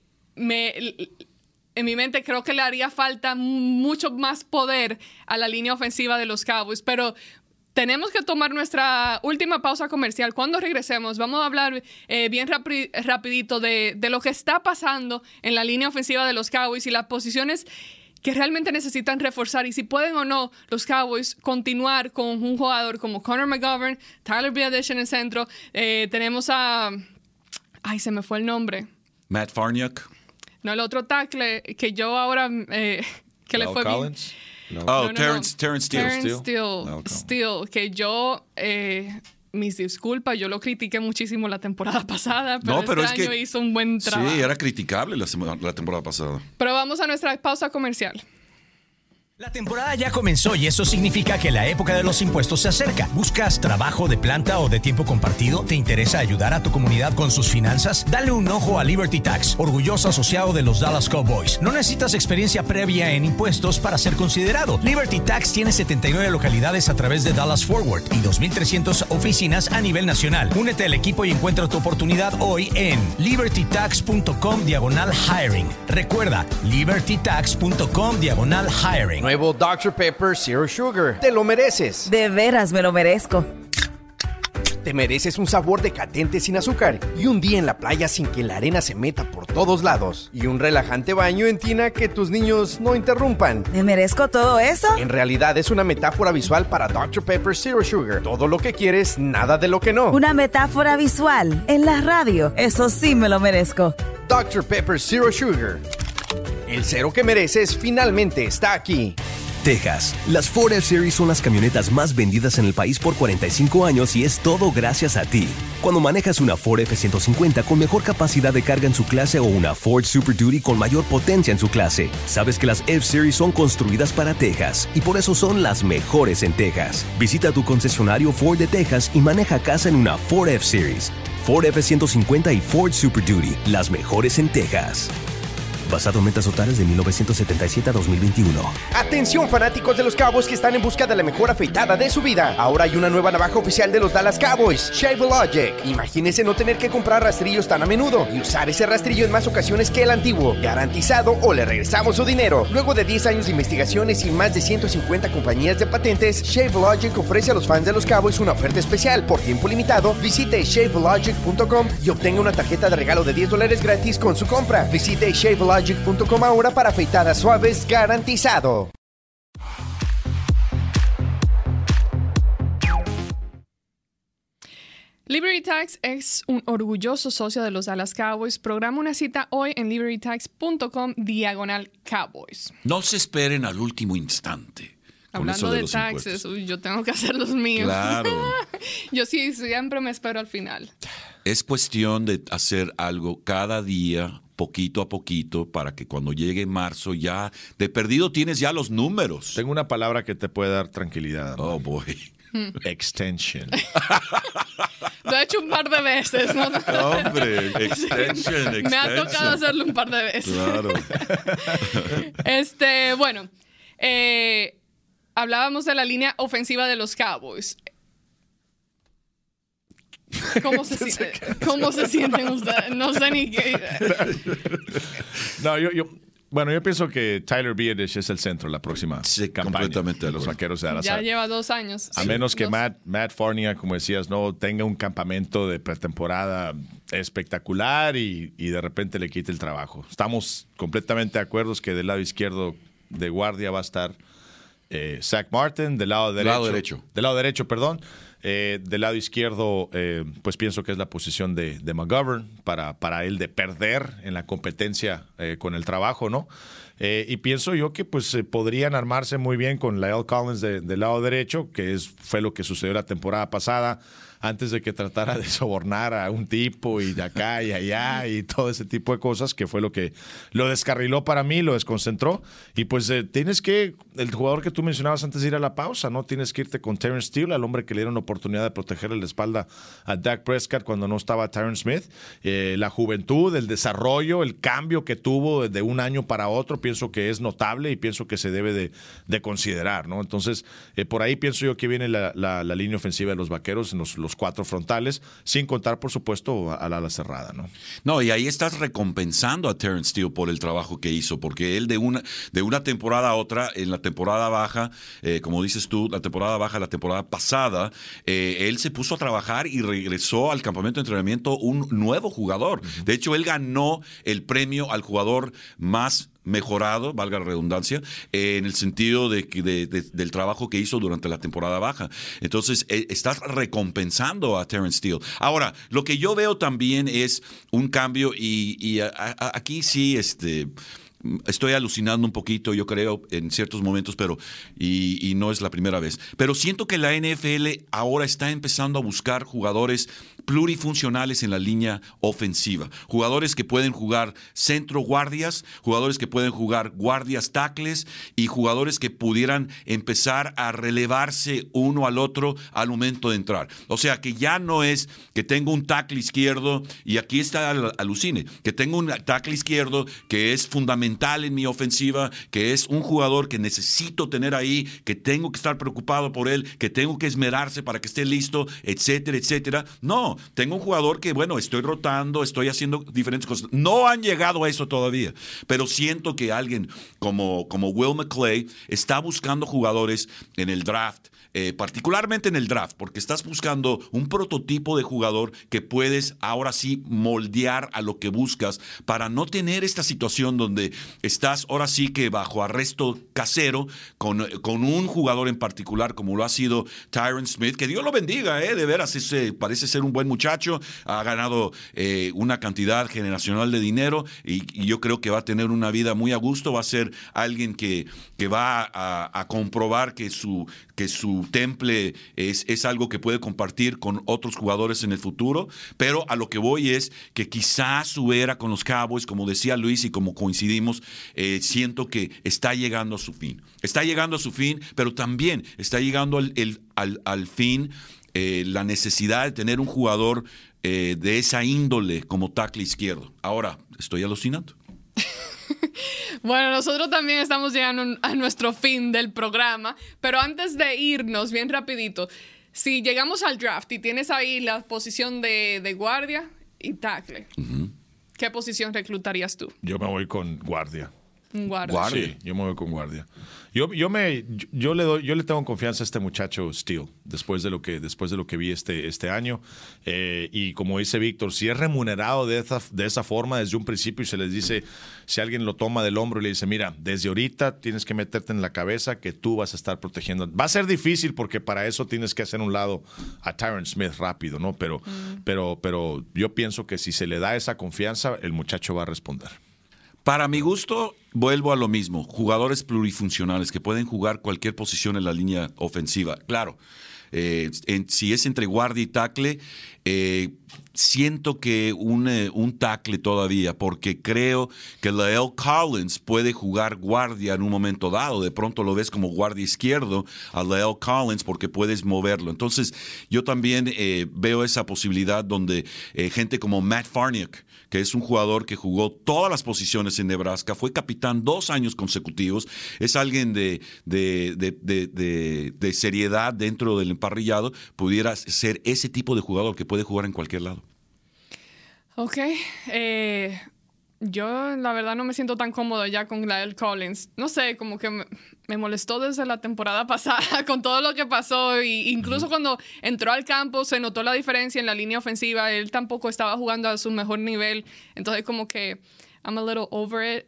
en mi mente creo que le haría falta mucho más poder a la línea ofensiva de los Cowboys. Pero tenemos que tomar nuestra última pausa comercial. Cuando regresemos vamos a hablar bien rapidito de lo que está pasando en la línea ofensiva de los Cowboys y las posiciones que realmente necesitan reforzar y si pueden o no los Cowboys continuar con un jugador como Connor McGovern, Tyler Biadish en el centro. Tenemos a... Ay, se me fue el nombre. Matt Farniok. No, el otro tackle que yo ahora... que le fue Collins? bien. No. Oh, Terrence Steele. Steele, que yo... mis disculpas, yo lo critiqué muchísimo la temporada pasada, pero este año hizo un buen trabajo. Sí, era criticable la temporada pasada. Pero vamos a nuestra pausa comercial. La temporada ya comenzó y eso significa que la época de los impuestos se acerca. ¿Buscas trabajo de planta o de tiempo compartido? ¿Te interesa ayudar a tu comunidad con sus finanzas? Dale un ojo a Liberty Tax, orgulloso asociado de los Dallas Cowboys. No necesitas experiencia previa en impuestos para ser considerado. Liberty Tax tiene 79 localidades a través de Dallas Forward y 2,300 oficinas a nivel nacional. Únete al equipo y encuentra tu oportunidad hoy en libertytax.com/hiring. Recuerda, libertytax.com/hiring. Nuevo Dr. Pepper Zero Sugar. Te lo mereces. De veras me lo merezco. Te mereces un sabor decadente sin azúcar y un día en la playa sin que la arena se meta por todos lados y un relajante baño en tina que tus niños no interrumpan. ¿Me merezco todo eso? En realidad es una metáfora visual para Dr. Pepper Zero Sugar. Todo lo que quieres, nada de lo que no. Una metáfora visual en la radio. Eso sí me lo merezco. Dr. Pepper Zero Sugar. El cero que mereces finalmente está aquí. Texas. Las Ford F-Series son las camionetas más vendidas en el país por 45 años y es todo gracias a ti. Cuando manejas una Ford F-150 con mejor capacidad de carga en su clase o una Ford Super Duty con mayor potencia en su clase, sabes que las F-Series son construidas para Texas y por eso son las mejores en Texas. Visita tu concesionario Ford de Texas y maneja casa en una Ford F-Series. Ford F-150 y Ford Super Duty, las mejores en Texas. Basado en metas totales de 1977 a 2021. Atención fanáticos de los Cowboys que están en busca de la mejor afeitada de su vida. Ahora hay una nueva navaja oficial de los Dallas Cowboys, Shave Logic. Imagínese no tener que comprar rastrillos tan a menudo y usar ese rastrillo en más ocasiones que el antiguo. Garantizado o le regresamos su dinero. Luego de 10 años de investigaciones y más de 150 compañías de patentes, Shave Logic ofrece a los fans de los Cowboys una oferta especial. Por tiempo limitado, visite shavelogic.com y obtenga una tarjeta de regalo de $10 gratis con su compra. Visite shavelogic.com ahora para afeitadas suaves garantizado. Liberty Tax es un orgulloso socio de los Dallas Cowboys. Programa una cita hoy en libertytax.com/Cowboys. No se esperen al último instante. Hablando de taxes, yo tengo que hacer los míos. Claro. Yo sí, siempre me espero al final. Es cuestión de hacer algo cada día, poquito a poquito, para que cuando llegue marzo ya, de perdido tienes ya los números. Tengo una palabra que te puede dar tranquilidad. Oh, boy. Extension. Lo he hecho un par de veces, ¿no? Hombre, extension. Me ha tocado hacerlo un par de veces. Claro. Bueno, hablábamos de la línea ofensiva de los Cowboys. ¿Cómo se sienten ustedes? No sé ni qué. No, Bueno, yo pienso que Tyler Biadasz es el centro de la próxima campaña de los Vaqueros de Dallas. Ya lleva 2 años. A menos que Matt Farniok, como decías, no tenga un campamento de pretemporada espectacular y de repente le quite el trabajo. Estamos completamente de acuerdo que del lado izquierdo de guardia va a estar Zach Martin, del lado derecho. Del lado derecho, perdón. Del lado izquierdo, pues pienso que es la posición de McGovern para él de perder en la competencia con el trabajo, ¿no? Y pienso yo que pues podrían armarse muy bien con La'el Collins del lado derecho, que fue lo que sucedió la temporada pasada, antes de que tratara de sobornar a un tipo y de acá y allá y todo ese tipo de cosas, que fue lo que lo descarriló para mí, lo desconcentró. Y pues el jugador que tú mencionabas antes de ir a la pausa, ¿no? Tienes que irte con Terrence Steele, al hombre que le dieron la oportunidad de protegerle la espalda a Dak Prescott cuando no estaba Tyron Smith. La juventud, el desarrollo, el cambio que tuvo de un año para otro, pienso que es notable y pienso que se debe de considerar, ¿no? Entonces, por ahí pienso yo que viene la línea ofensiva de los Vaqueros en los 4 frontales, sin contar, por supuesto, al ala cerrada, ¿no? No, y ahí estás recompensando a Terrence Steele por el trabajo que hizo, porque él de una temporada a otra, en la temporada baja, como dices tú, la temporada pasada, él se puso a trabajar y regresó al campamento de entrenamiento un nuevo jugador. De hecho, él ganó el premio al jugador más mejorado, valga la redundancia, en el sentido del trabajo que hizo durante la temporada baja. Entonces, estás recompensando a Terrence Steele. Ahora, lo que yo veo también es un cambio y aquí sí, estoy alucinando un poquito, yo creo, en ciertos momentos, pero y no es la primera vez. Pero siento que la NFL ahora está empezando a buscar jugadores plurifuncionales en la línea ofensiva. Jugadores que pueden jugar centro guardias, jugadores que pueden jugar guardias tackles y jugadores que pudieran empezar a relevarse uno al otro al momento de entrar. O sea, que ya no es que tengo un tackle izquierdo y aquí está alucine, que tengo un tackle izquierdo que es fundamental en mi ofensiva, que es un jugador que necesito tener ahí, que tengo que estar preocupado por él, que tengo que esmerarse para que esté listo, etcétera, etcétera. No, tengo un jugador que, bueno, estoy rotando, estoy haciendo diferentes cosas. No han llegado a eso todavía, pero siento que alguien como Will McClay está buscando jugadores en el draft, particularmente en el draft, porque estás buscando un prototipo de jugador que puedes ahora sí moldear a lo que buscas para no tener esta situación donde estás ahora sí que bajo arresto casero con un jugador en particular como lo ha sido Tyron Smith, que Dios lo bendiga, de veras, parece ser un buen muchacho, ha ganado una cantidad generacional de dinero y yo creo que va a tener una vida muy a gusto, va a ser alguien que va a comprobar que su temple es algo que puede compartir con otros jugadores en el futuro, pero a lo que voy es que quizás su era con los Cowboys, como decía Luis y como coincidimos, siento que está llegando a su fin. Está llegando a su fin, pero también está llegando al fin la necesidad de tener un jugador de esa índole como tackle izquierdo. Ahora, estoy alucinando. Bueno, nosotros también estamos llegando a nuestro fin del programa, pero antes de irnos, bien rapidito, si llegamos al draft y tienes ahí la posición de guardia y tackle, ¿qué posición reclutarías tú? Yo me voy con guardia. Guardia. Sí, yo me voy con guardia. Yo le tengo confianza a este muchacho Steele después de lo que vi este año, y como dice Víctor, si es remunerado de esa forma desde un principio y se les dice, si alguien lo toma del hombro y le dice, mira, desde ahorita tienes que meterte en la cabeza que tú vas a estar protegiendo. Va a ser difícil porque para eso tienes que hacer un lado a Tyron Smith rápido, ¿no? Pero yo pienso que si se le da esa confianza, el muchacho va a responder. Para mi gusto, vuelvo a lo mismo. Jugadores plurifuncionales que pueden jugar cualquier posición en la línea ofensiva. Claro, si es entre guardia y tackle, siento que un tackle todavía, porque creo que La'el Collins puede jugar guardia en un momento dado. De pronto lo ves como guardia izquierdo a La'el Collins porque puedes moverlo. Entonces, yo también veo esa posibilidad donde gente como Matt Farniok, que es un jugador que jugó todas las posiciones en Nebraska, fue capitán 2 años consecutivos, es alguien de seriedad dentro del emparrillado, pudiera ser ese tipo de jugador que puede jugar en cualquier lado. Ok. Yo, la verdad, no me siento tan cómodo ya con La'el Collins. No sé, como que me molestó desde la temporada pasada con todo lo que pasó. Y incluso cuando entró al campo se notó la diferencia en la línea ofensiva. Él tampoco estaba jugando a su mejor nivel. Entonces, como que I'm a little over it.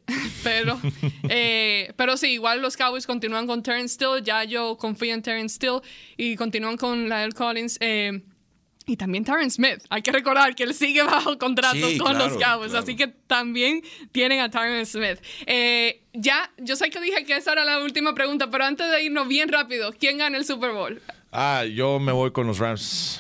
Pero sí, igual los Cowboys continúan con Terrence Steele. Ya yo confío en Terrence Steele. Y continúan con La'el Collins. Y también Tyron Smith. Hay que recordar que él sigue bajo contrato con los Cowboys. Claro. Así que también tienen a Tyron Smith. Ya, yo sé que dije que esa era la última pregunta, pero antes de irnos bien rápido, ¿quién gana el Super Bowl? Yo me voy con los Rams.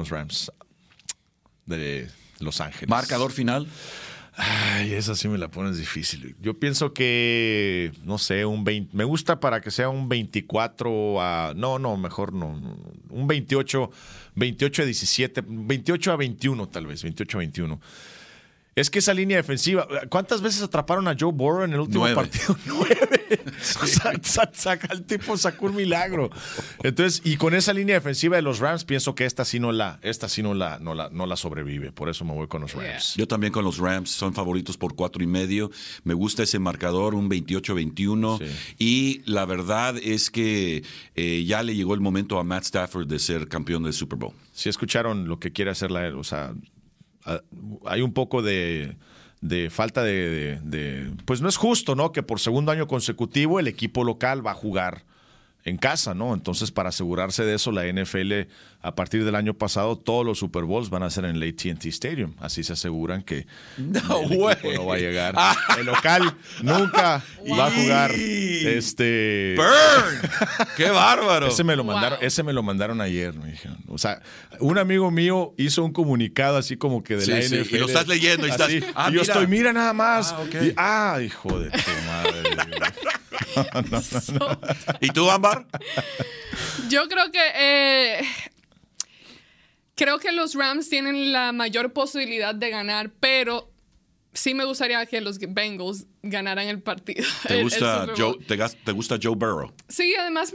De Los Ángeles. ¿Marcador final? Ay, esa sí me la pones difícil. Yo pienso que, no sé, un 20. Me gusta para que sea un 24 a... No, mejor no. Un 28 a 17, 28 a 21 tal vez, 28 a 21. Es que esa línea defensiva, ¿cuántas veces atraparon a Joe Burrow en el último partido? 9. El tipo sacó un milagro. Entonces, y con esa línea defensiva de los Rams, pienso que esta sí no la sobrevive. Por eso me voy con los Rams. Yo también con los Rams, son favoritos por 4.5. Me gusta ese marcador, un 28-21. Sí. Y la verdad es que ya le llegó el momento a Matt Stafford de ser campeón del Super Bowl. Si escucharon lo que quiere hacer o sea, hay un poco de falta de pues no es justo, ¿no? Que por segundo año consecutivo el equipo local va a jugar en casa, ¿no? Entonces, para asegurarse de eso, la NFL, a partir del año pasado, todos los Super Bowls van a ser en el AT&T Stadium. Así se aseguran que el equipo no va a llegar. El local nunca va a jugar. ¡Burn! ¡Qué bárbaro! Ese me lo mandaron ayer, me dijeron. O sea, un amigo mío hizo un comunicado así como que de la NFL. Sí. Y lo estás leyendo. Y estás, y yo estoy, mira nada más. Okay. Hijo de tu madre. No. ¿Y tú, Ámbar? Yo creo que los Rams tienen la mayor posibilidad de ganar, pero sí me gustaría que los Bengals ganaran el partido. ¿Te gusta Joe Burrow? Sí, además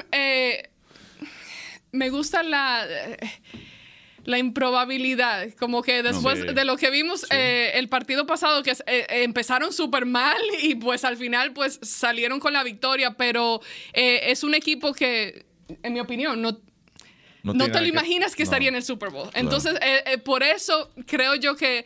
me gusta la improbabilidad, como que después de lo que vimos el partido pasado, que empezaron súper mal y pues al final pues salieron con la victoria, pero es un equipo que, en mi opinión, no te lo imaginas que estaría en el Super Bowl. Entonces, por eso creo yo que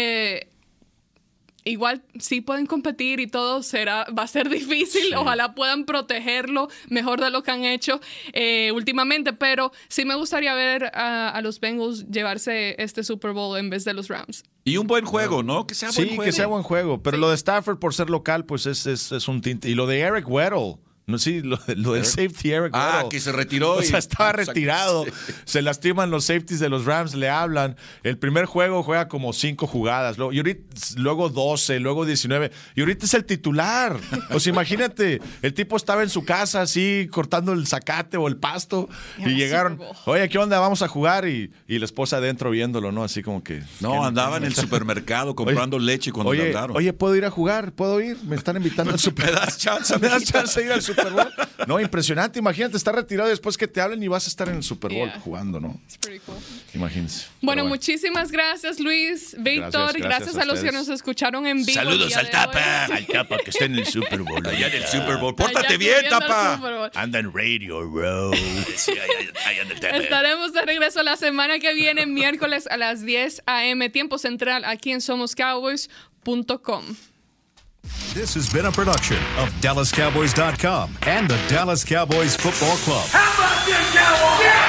igual sí pueden competir y todo va a ser difícil. Sí. Ojalá puedan protegerlo mejor de lo que han hecho últimamente, pero sí me gustaría ver a los Bengals llevarse este Super Bowl en vez de los Rams. Y un buen juego, ¿no? Que sea buen juego. Sí, que sea buen juego. Pero lo de Stafford, por ser local, pues es un tinte. Y lo de Eric Weddle. No, sí, lo del safety Eric Weddle. Que se retiró. O sea, estaba retirado. Sí. Se lastiman los safeties de los Rams, le hablan. El primer juego juega como 5 jugadas. Luego 12, luego 19. Y ahorita es el titular. O sea, imagínate, el tipo estaba en su casa así, cortando el zacate o el pasto. Y llegaron, oye, ¿qué onda? Vamos a jugar. Y la esposa adentro viéndolo, ¿no? Así como que... No, andaba en el supermercado comprando leche cuando le hablaron. Oye, ¿puedo ir a jugar? ¿Puedo ir? Me están invitando al supermercado. ¿Me das chance? ¿Me das chance de ir al Super Bowl? No, impresionante. Imagínate, estar retirado después que te hablen y vas a estar en el Super Bowl jugando, ¿no? It's pretty cool. Imagínense. Bueno, muchísimas gracias, Luis, Víctor. Gracias a los que nos escucharon en vivo. Saludos al Tapa. Al Tapa que está en el Super Bowl. Allá en el Super Bowl. Pórtate bien, Tapa. Anda en Radio Row. Sí, allá en el Tapa. Estaremos de regreso la semana que viene, miércoles a las 10 a.m. tiempo central, aquí en SomosCowboys.com. This has been a production of DallasCowboys.com and the Dallas Cowboys Football Club. How about this, Cowboys? Yeah!